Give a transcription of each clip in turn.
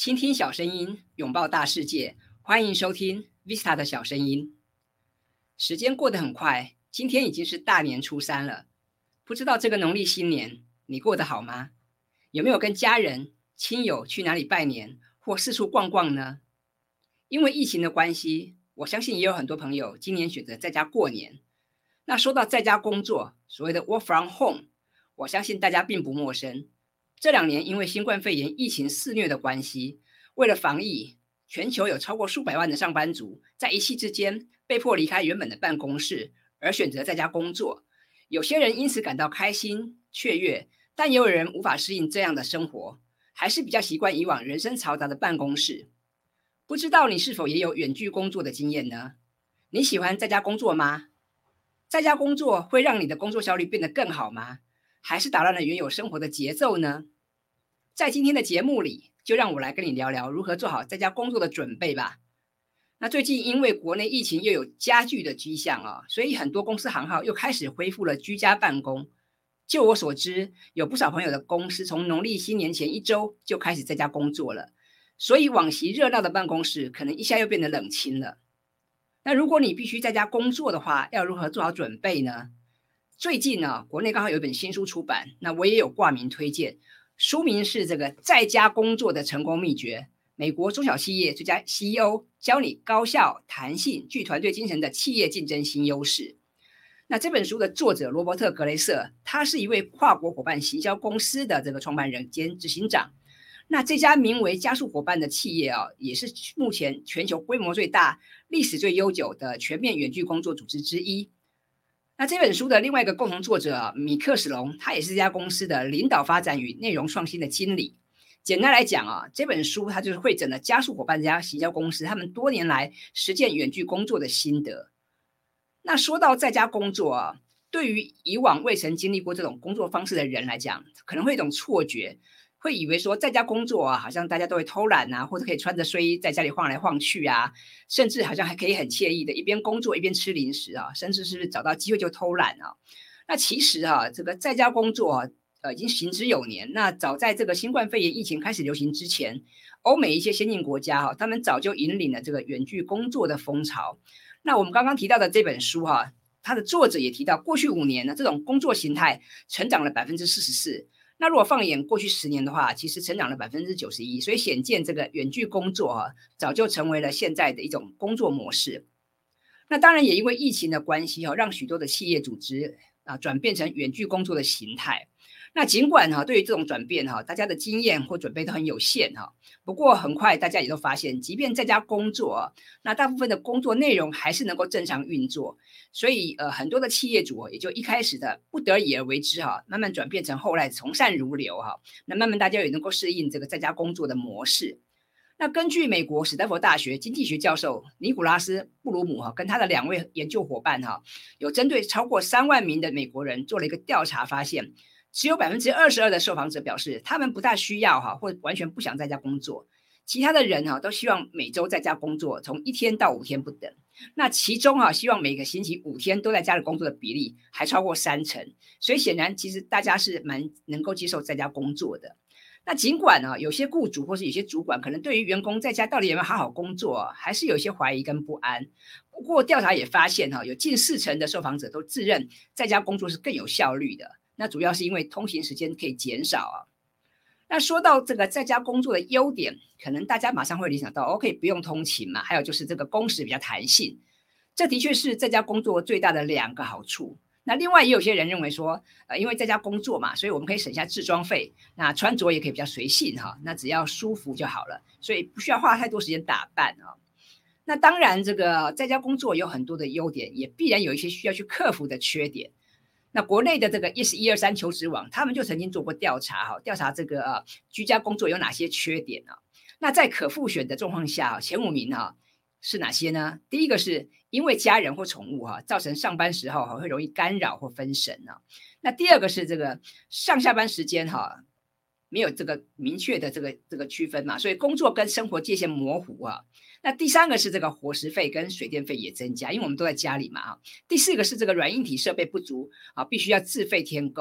倾听小声音，拥抱大世界，欢迎收听 Vista 的小声音。时间过得很快，今天已经是大年初三了。不知道这个农历新年你过得好吗？有没有跟家人、亲友去哪里拜年或四处逛逛呢？因为疫情的关系，我相信也有很多朋友今年选择在家过年。那说到在家工作，所谓的 work from home，我相信大家并不陌生。这2年因为新冠肺炎疫情肆虐的关系，为了防疫，全球有超过数百万的上班族在一夕之间被迫离开原本的办公室，而选择在家工作。有些人因此感到开心雀跃，但也有人无法适应这样的生活，还是比较习惯以往人声嘈杂的办公室。不知道你是否也有远距工作的经验呢？你喜欢在家工作吗？在家工作会让你的工作效率变得更好吗？还是打乱了原有生活的节奏呢？在今天的节目里，就让我来跟你聊聊如何做好在家工作的准备吧。那最近因为国内疫情又有加剧的迹象啊，所以很多公司行号又开始恢复了居家办公。就我所知，有不少朋友的公司从农历新年前1周就开始在家工作了，所以往昔热闹的办公室可能一下又变得冷清了。那如果你必须在家工作的话，要如何做好准备呢？最近呢，国内刚好有一本新书出版，那我也有挂名推荐，书名是这个在家工作的成功秘诀，美国中小企业最佳 CEO 教你高效、弹性、具团队精神的企业竞争新优势。那这本书的作者罗伯特·格雷瑟，他是一位跨国伙伴行销公司的这个创办人兼执行长。那这家名为加速伙伴的企业啊，也是目前全球规模最大、历史最悠久的全面远距工作组织之一。那这本书的另外一个共同作者米克史隆，他也是这家公司的领导发展与内容创新的经理。简单来讲啊，这本书它就是汇整了加速伙伴这家行销公司他们多年来实践远距工作的心得。那说到在家工作啊，对于以往未曾经历过这种工作方式的人来讲，可能会有一种错觉，会以为说在家工作啊，好像大家都会偷懒啊，或者可以穿着睡衣在家里晃来晃去啊，甚至好像还可以很惬意的一边工作一边吃零食啊，甚至是找到机会就偷懒啊。那其实啊，这个在家工作啊，已经行之有年。那早在这个新冠肺炎疫情开始流行之前，欧美一些先进国家哈、他们早就引领了这个远距工作的风潮。那我们刚刚提到的这本书哈、它的作者也提到，过去5年呢，这种工作形态成长了44%。那如果放眼过去10年的话，其实成长了91%，所以显见这个远距工作啊，早就成为了现在的一种工作模式。那当然也因为疫情的关系让许多的企业组织转变成远距工作的形态。那尽管对于这种转变大家的经验或准备都很有限不过很快大家也都发现，即便在家工作那大部分的工作内容还是能够正常运作。所以很多的企业主也就一开始的不得已而为之慢慢转变成后来从善如流那慢慢大家也能够适应这个在家工作的模式。那根据美国史丹佛大学经济学教授尼古拉斯·布鲁姆跟他的2位研究伙伴有针对超过3万名的美国人做了一个调查，发现只有22%的受访者表示他们不大需要或者完全不想在家工作，其他的人都希望每周在家工作，从1天到5天不等。那其中希望每个星期5天都在家里工作的比例还超过30%，所以显然其实大家是蛮能够接受在家工作的。那尽管有些雇主或是有些主管可能对于员工在家到底有没有好好工作还是有一些怀疑跟不安。不过调查也发现有近40%的受访者都自认在家工作是更有效率的，那主要是因为通勤时间可以减少那说到这个在家工作的优点，可能大家马上会联想到可以不用通勤嘛，还有就是这个工时比较弹性，这的确是在家工作最大的2个好处。那另外也有些人认为说，因为在家工作嘛，所以我们可以省下置装费，那穿着也可以比较随性那只要舒服就好了，所以不需要花太多时间打扮那当然，这个在家工作有很多的优点，也必然有一些需要去克服的缺点。那国内的这个12123求职网，他们就曾经做过调查调查这个居家工作有哪些缺点那在可复选的状况下前5名是哪些呢？第一个是因为家人或宠物造成上班时候会容易干扰或分神那第二个是这个上下班时间没有这个明确的这个区分嘛，所以工作跟生活界限模糊那第三个是这个伙食费跟水电费也增加，因为我们都在家里嘛第四个是这个软硬体设备不足必须要自费添购。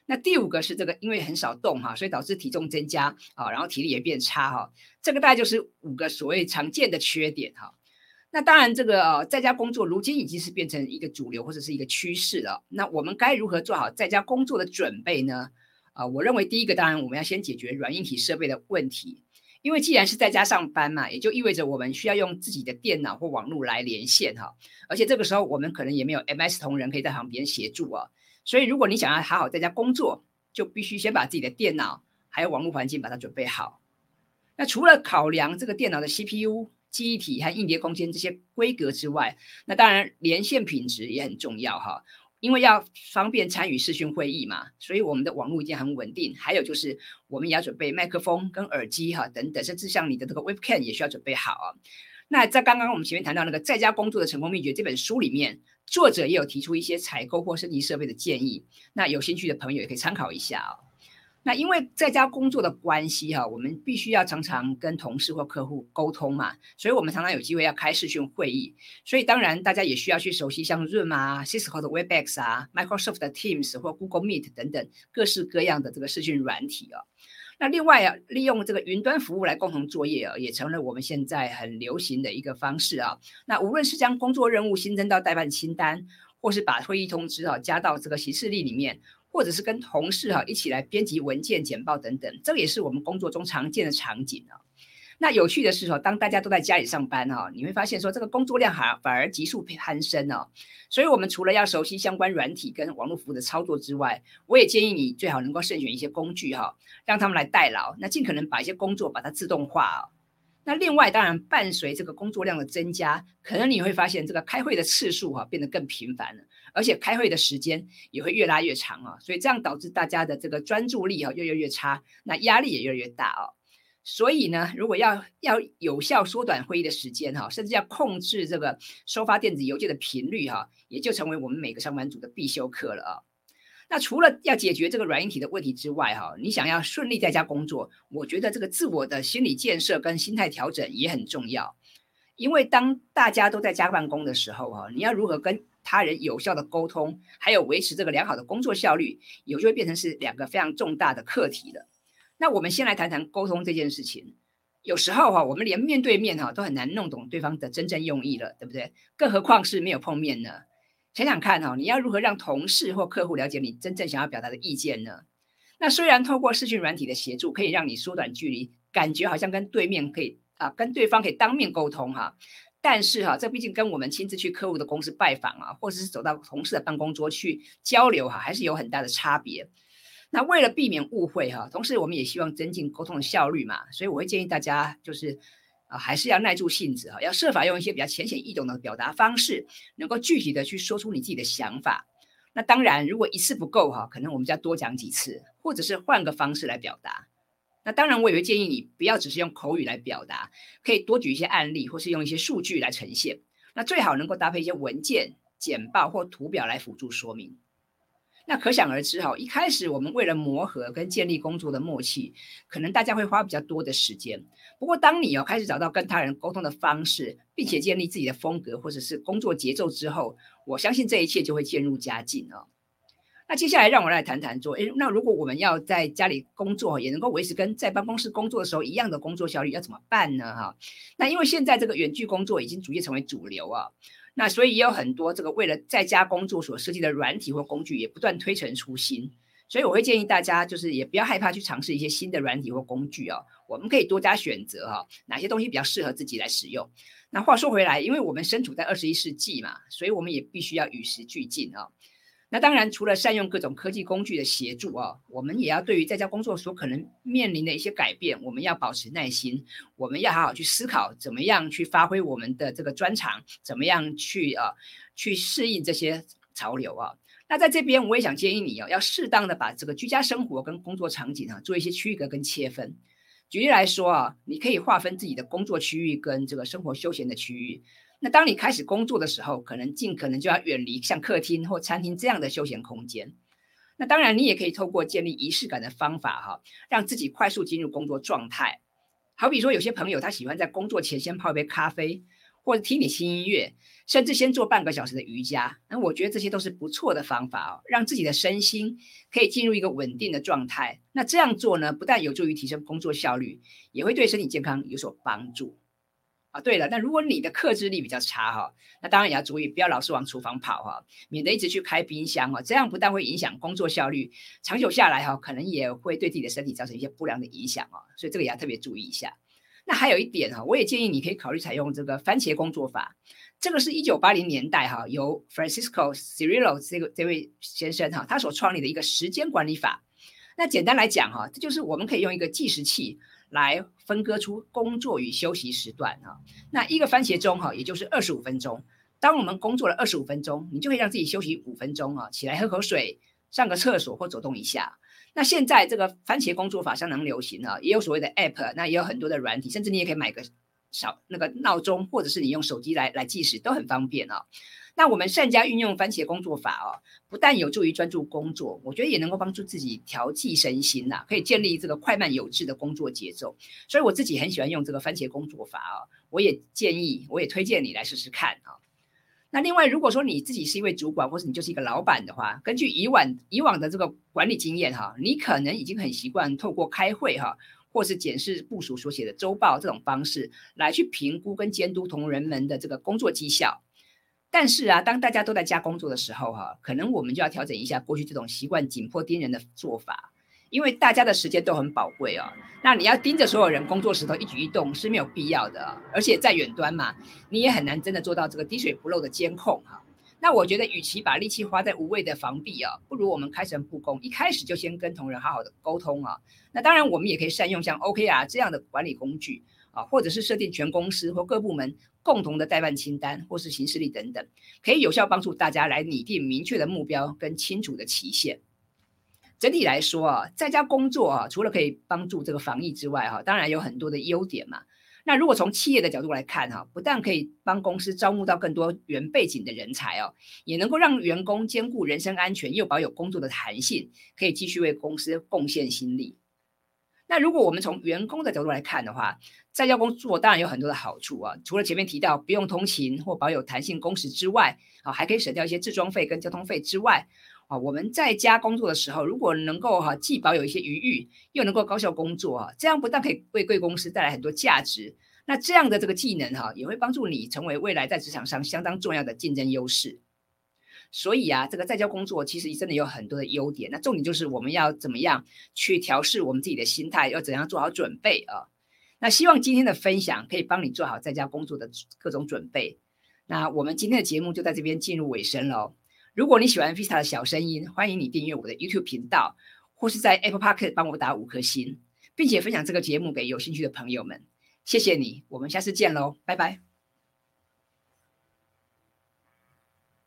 那第五个是这个，因为很少动哈，所以导致体重增加啊，然后体力也变差哈。这个大概就是五个所谓常见的缺点哈。那当然，这个在家工作如今已经是变成一个主流或者是一个趋势了。那我们该如何做好在家工作的准备呢？我认为第一个，当然我们要先解决软硬体设备的问题，因为既然是在家上班嘛，也就意味着我们需要用自己的电脑或网络来连线哈。而且这个时候我们可能也没有 MS 同仁可以在旁边协助啊。所以如果你想要好好在家工作，就必须先把自己的电脑还有网络环境把它准备好。那除了考量这个电脑的 CPU、记忆体和硬碟空间这些规格之外，那当然连线品质也很重要哈。因为要方便参与视讯会议嘛，所以我们的网络一定很稳定。还有就是我们也要准备麦克风跟耳机哈等等，甚至像你的这个 webcam 也需要准备好啊。那在刚刚我们前面谈到那个在家工作的成功秘诀这本书里面，作者也有提出一些采购或升级设备的建议，那有兴趣的朋友也可以参考一下啊。那因为在家工作的关系哈，我们必须要常常跟同事或客户沟通嘛，所以我们常常有机会要开视讯会议，所以当然大家也需要去熟悉像 Zoom 啊、Cisco 的 Webex 啊、Microsoft 的 Teams 或 Google Meet 等等各式各样的这个视讯软体啊。那另外啊，利用这个云端服务来共同作业啊，也成了我们现在很流行的一个方式啊。那无论是将工作任务新增到待办清单，或是把会议通知加到这个行事历里面，或者是跟同事一起来编辑文件、简报等等，这个也是我们工作中常见的场景啊。那有趣的是当大家都在家里上班你会发现说这个工作量反而急速攀升哦。所以我们除了要熟悉相关软体跟网络服务的操作之外，我也建议你最好能够慎选一些工具让他们来代劳，那尽可能把一些工作把它自动化那另外，当然伴随这个工作量的增加，可能你会发现这个开会的次数变得更频繁了，而且开会的时间也会越拉越长所以这样导致大家的这个专注力越来越差，那压力也越来越大所以呢，如果要有效缩短会议的时间甚至要控制这个收发电子邮件的频率也就成为我们每个上班族的必修课了那除了要解决这个软硬体的问题之外你想要顺利在家工作，我觉得这个自我的心理建设跟心态调整也很重要。因为当大家都在家办公的时候你要如何跟他人有效的沟通，还有维持这个良好的工作效率，就会变成是两个非常重大的课题了。那我们先来谈谈沟通这件事情。有时候我们连面对面都很难弄懂对方的真正用意了，对不对？更何况是没有碰面呢？想想看你要如何让同事或客户了解你真正想要表达的意见呢？那虽然透过视讯软体的协助，可以让你缩短距离，感觉好像跟对面可以跟对方可以当面沟通但是这毕竟跟我们亲自去客户的公司拜访或者是走到同事的办公桌去交流还是有很大的差别。那为了避免误会同时我们也希望增进沟通的效率嘛，所以我会建议大家就是还是要耐住性子要设法用一些比较浅显易懂的表达方式，能够具体的去说出你自己的想法。那当然，如果一次不够可能我们就要多讲几次，或者是换个方式来表达。那当然，我也会建议你不要只是用口语来表达，可以多举一些案例，或是用一些数据来呈现。那最好能够搭配一些文件、简报或图表来辅助说明。那可想而知一开始我们为了磨合跟建立工作的默契，可能大家会花比较多的时间。不过当你开始找到跟他人沟通的方式，并且建立自己的风格或者是工作节奏之后，我相信这一切就会渐入佳境那接下来让我来谈谈说，那如果我们要在家里工作，也能够维持跟在办公室工作的时候一样的工作效率，要怎么办呢？那因为现在这个远距工作已经逐渐成为主流那所以也有很多这个为了在家工作所设计的软体或工具也不断推陈出新，所以我会建议大家就是也不要害怕去尝试一些新的软体或工具我们可以多加选择哪些东西比较适合自己来使用。那话说回来，因为我们身处在21世纪嘛，所以我们也必须要与时俱进那当然，除了善用各种科技工具的协助我们也要对于在家工作所可能面临的一些改变，我们要保持耐心，我们要好好去思考怎么样去发挥我们的这个专长，怎么样去适应这些潮流那在这边我也想建议你要适当的把这个居家生活跟工作场景做一些区隔跟切分。举例来说你可以划分自己的工作区域跟这个生活休闲的区域。那当你开始工作的时候，尽可能就要远离像客厅或餐厅这样的休闲空间。那当然，你也可以透过建立仪式感的方法让自己快速进入工作状态。好比说，有些朋友他喜欢在工作前先泡一杯咖啡， 或者听你轻音乐，甚至先做半个小时的瑜伽。那我觉得这些都是不错的方法哦，让自己的身心可以进入一个稳定的状态。那这样做呢，不但有助于提升工作效率，也会对身体健康有所帮助。对了，那如果你的克制力比较差那当然也要注意，不要老是往厨房跑免得一直去开冰箱这样不但会影响工作效率，长久下来可能也会对自己的身体造成一些不良的影响所以这个也要特别注意一下。那还有一点我也建议你可以考虑采用这个番茄工作法，这个是1980年代由 Francisco Cirillo 这位先生他所创立的一个时间管理法。那简单来讲这就是我们可以用一个计时器来分割出工作与休息时段那一个番茄钟也就是25分钟。当我们工作了25分钟，你就可以让自己休息5分钟起来喝口水，上个厕所或走动一下。那现在这个番茄工作法相当流行也有所谓的 App， 那也有很多的软体，甚至你也可以买个那个闹钟，或者是你用手机来计时，都很方便那我们善加运用番茄工作法不但有助于专注工作，我觉得也能够帮助自己调剂身心可以建立这个快慢有致的工作节奏。所以我自己很喜欢用这个番茄工作法我也推荐你来试试看那另外，如果说你自己是一位主管，或是你就是一个老板的话，根据以往的这个管理经验你可能已经很习惯透过开会或是检视部属所写的周报这种方式来去评估跟监督同仁们的这个工作绩效。但是当大家都在家工作的时候可能我们就要调整一下过去这种习惯紧迫盯人的做法，因为大家的时间都很宝贵那你要盯着所有人工作时候一举一动是没有必要的而且在远端嘛，你也很难真的做到这个滴水不漏的监控那我觉得与其把力气花在无谓的防避不如我们开诚布公，一开始就先跟同仁好好的沟通那当然我们也可以善用像 OKR 这样的管理工具或者是设定全公司或各部门共同的待办清单或是行事历等等，可以有效帮助大家来拟定明确的目标跟清楚的期限。整体来说在家工作除了可以帮助这个防疫之外当然有很多的优点嘛。那如果从企业的角度来看不但可以帮公司招募到更多原背景的人才也能够让员工兼顾人身安全又保有工作的弹性，可以继续为公司贡献心力。那如果我们从员工的角度来看的话，在家工作当然有很多的好处除了前面提到不用通勤或保有弹性工时之外还可以省掉一些置装费跟交通费之外我们在家工作的时候，如果能够既保有一些余裕，又能够高效工作这样不但可以为贵公司带来很多价值，那这样的这个技能也会帮助你成为未来在职场上相当重要的竞争优势。所以这个在家工作其实真的有很多的优点，那重点就是我们要怎么样去调试我们自己的心态，要怎样做好准备那希望今天的分享可以帮你做好在家工作的各种准备。那我们今天的节目就在这边进入尾声了如果你喜欢 Vista 的小声音，欢迎你订阅我的 YouTube 频道，或是在 Apple Podcast 帮我打5颗星，并且分享这个节目给有兴趣的朋友们。谢谢你，我们下次见喽，拜拜。